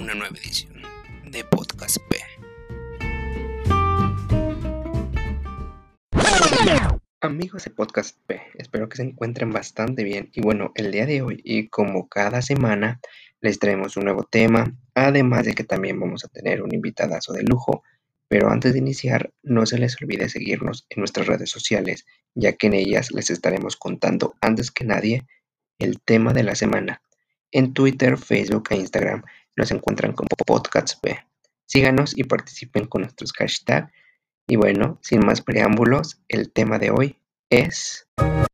una nueva edición de Podcast P. Amigos de Podcast P, espero que se encuentren bastante bien. Y bueno, el día de hoy y como cada semana les traemos un nuevo tema, además de que también vamos a tener un invitadazo de lujo. Pero antes de iniciar, no se les olvide seguirnos en nuestras redes sociales, ya que en ellas les estaremos contando antes que nadie el tema de la semana. En Twitter, Facebook e Instagram nos encuentran como Podcasts P. Síganos y participen con nuestros hashtags. Y bueno, sin más preámbulos, el tema de hoy es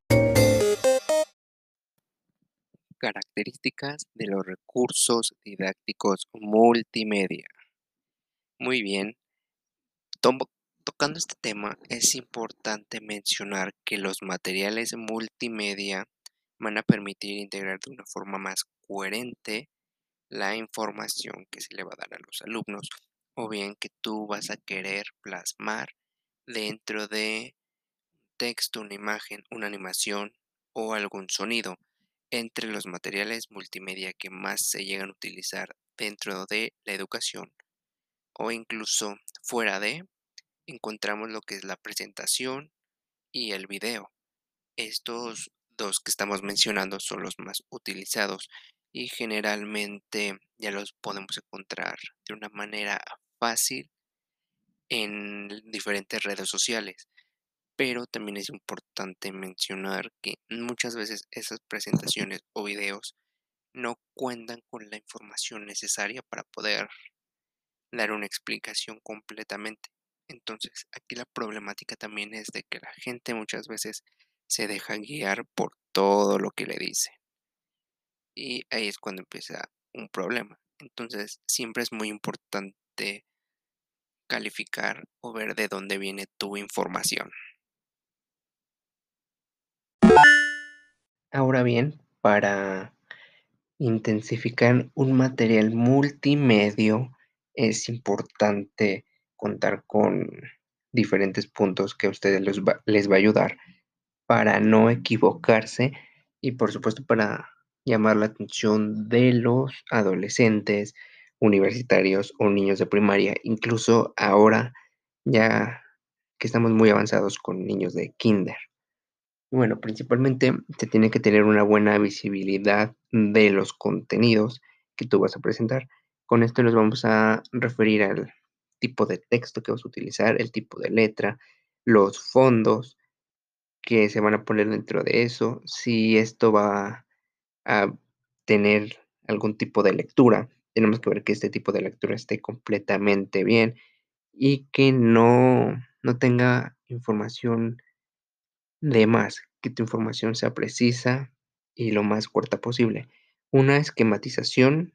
características de los recursos didácticos multimedia. Muy bien, tocando este tema, es importante mencionar que los materiales multimedia van a permitir integrar de una forma más coherente la información que se le va a dar a los alumnos, o bien que tú vas a querer plasmar dentro de texto, una imagen, una animación o algún sonido. Entre los materiales multimedia que más se llegan a utilizar dentro de la educación o incluso fuera de, encontramos lo que es la presentación y el video. Estos dos que estamos mencionando son los más utilizados y generalmente ya los podemos encontrar de una manera fácil en diferentes redes sociales. Pero también es importante mencionar que muchas veces esas presentaciones o videos no cuentan con la información necesaria para poder dar una explicación completamente. Entonces, aquí la problemática también es de que la gente muchas veces se deja guiar por todo lo que le dice. Y ahí es cuando empieza un problema. Entonces, siempre es muy importante calificar o ver de dónde viene tu información. Ahora bien, para intensificar un material multimedio es importante contar con diferentes puntos que a ustedes les va a ayudar para no equivocarse y por supuesto para llamar la atención de los adolescentes, universitarios o niños de primaria, incluso ahora ya que estamos muy avanzados con niños de kinder. Bueno, principalmente se tiene que tener una buena visibilidad de los contenidos que tú vas a presentar. Con esto nos vamos a referir al tipo de texto que vas a utilizar, el tipo de letra, los fondos que se van a poner dentro de eso, si esto va a tener algún tipo de lectura. Tenemos que ver que este tipo de lectura esté completamente bien y que no tenga información de más, que tu información sea precisa y lo más corta posible. Una esquematización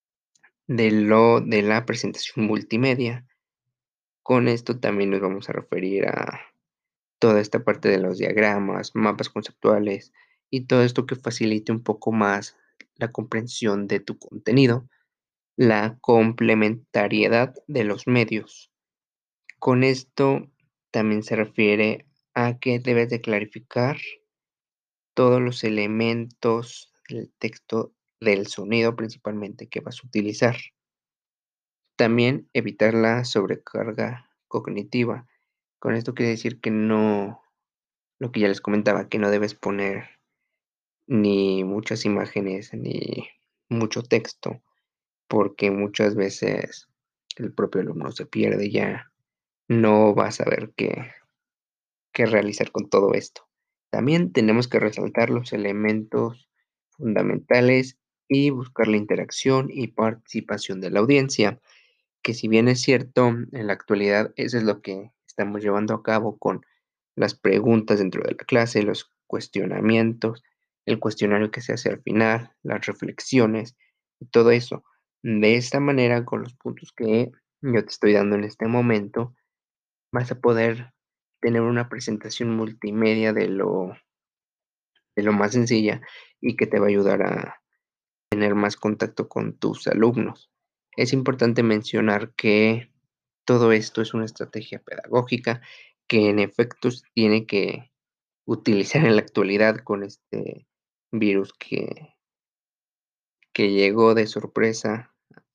de la presentación multimedia. Con esto también nos vamos a referir a toda esta parte de los diagramas, mapas conceptuales y todo esto que facilite un poco más la comprensión de tu contenido. La complementariedad de los medios. Con esto también se refiere a que debes de clarificar todos los elementos del texto, del sonido principalmente que vas a utilizar. También evitar la sobrecarga cognitiva. Con esto quiere decir que no, lo que ya les comentaba, que no debes poner ni muchas imágenes ni mucho texto, porque muchas veces el propio alumno se pierde, ya no va a saber qué realizar con todo esto. También tenemos que resaltar los elementos fundamentales y buscar la interacción y participación de la audiencia, que si bien es cierto, en la actualidad eso es lo que estamos llevando a cabo con las preguntas dentro de la clase, los cuestionamientos, el cuestionario que se hace al final, las reflexiones y todo eso. De esta manera, con los puntos que yo te estoy dando en este momento, vas a poder tener una presentación multimedia de lo más sencilla y que te va a ayudar a tener más contacto con tus alumnos. Es importante mencionar que todo esto es una estrategia pedagógica que en efecto se tiene que utilizar en la actualidad con este virus que llegó de sorpresa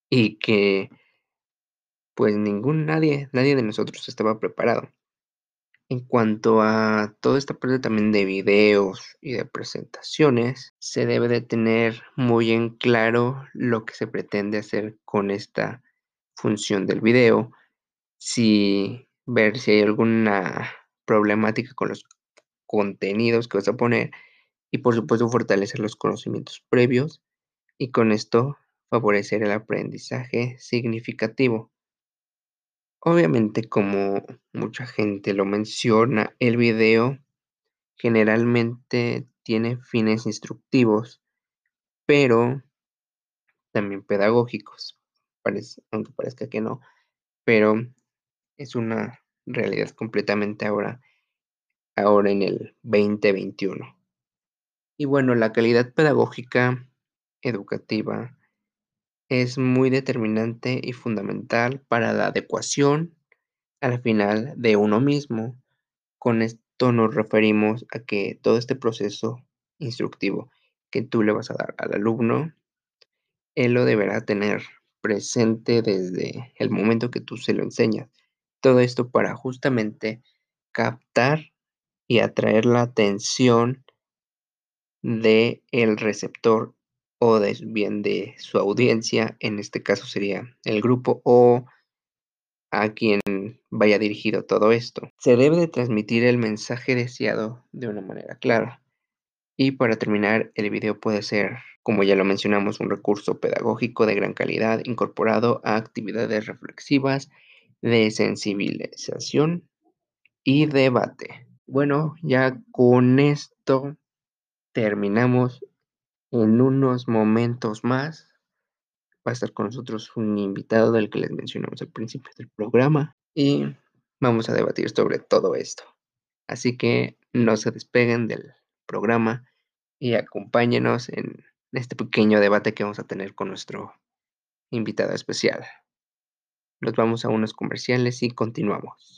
y que, pues, nadie de nosotros estaba preparado. En cuanto a toda esta parte también de videos y de presentaciones, se debe de tener muy en claro lo que se pretende hacer con esta función del video, si ver si hay alguna problemática con los contenidos que vas a poner y, por supuesto, fortalecer los conocimientos previos y con esto favorecer el aprendizaje significativo. Obviamente, como mucha gente lo menciona, el video generalmente tiene fines instructivos, pero también pedagógicos. Aunque parezca que no, pero es una realidad completamente ahora en el 2021. Y bueno, la calidad pedagógica educativa es muy determinante y fundamental para la adecuación al final de uno mismo. Con esto nos referimos a que todo este proceso instructivo que tú le vas a dar al alumno, él lo deberá tener presente desde el momento que tú se lo enseñas. Todo esto para justamente captar y atraer la atención de el receptor o bien de su audiencia, en este caso sería el grupo o a quien vaya dirigido todo esto. Se debe de transmitir el mensaje deseado de una manera clara. Y para terminar, el video puede ser, como ya lo mencionamos, un recurso pedagógico de gran calidad incorporado a actividades reflexivas de sensibilización y debate. Bueno, ya con esto terminamos. En unos momentos más va a estar con nosotros un invitado del que les mencionamos al principio del programa y vamos a debatir sobre todo esto. Así que no se despeguen del programa y acompáñenos en este pequeño debate que vamos a tener con nuestro invitado especial. Nos vamos a unos comerciales y continuamos.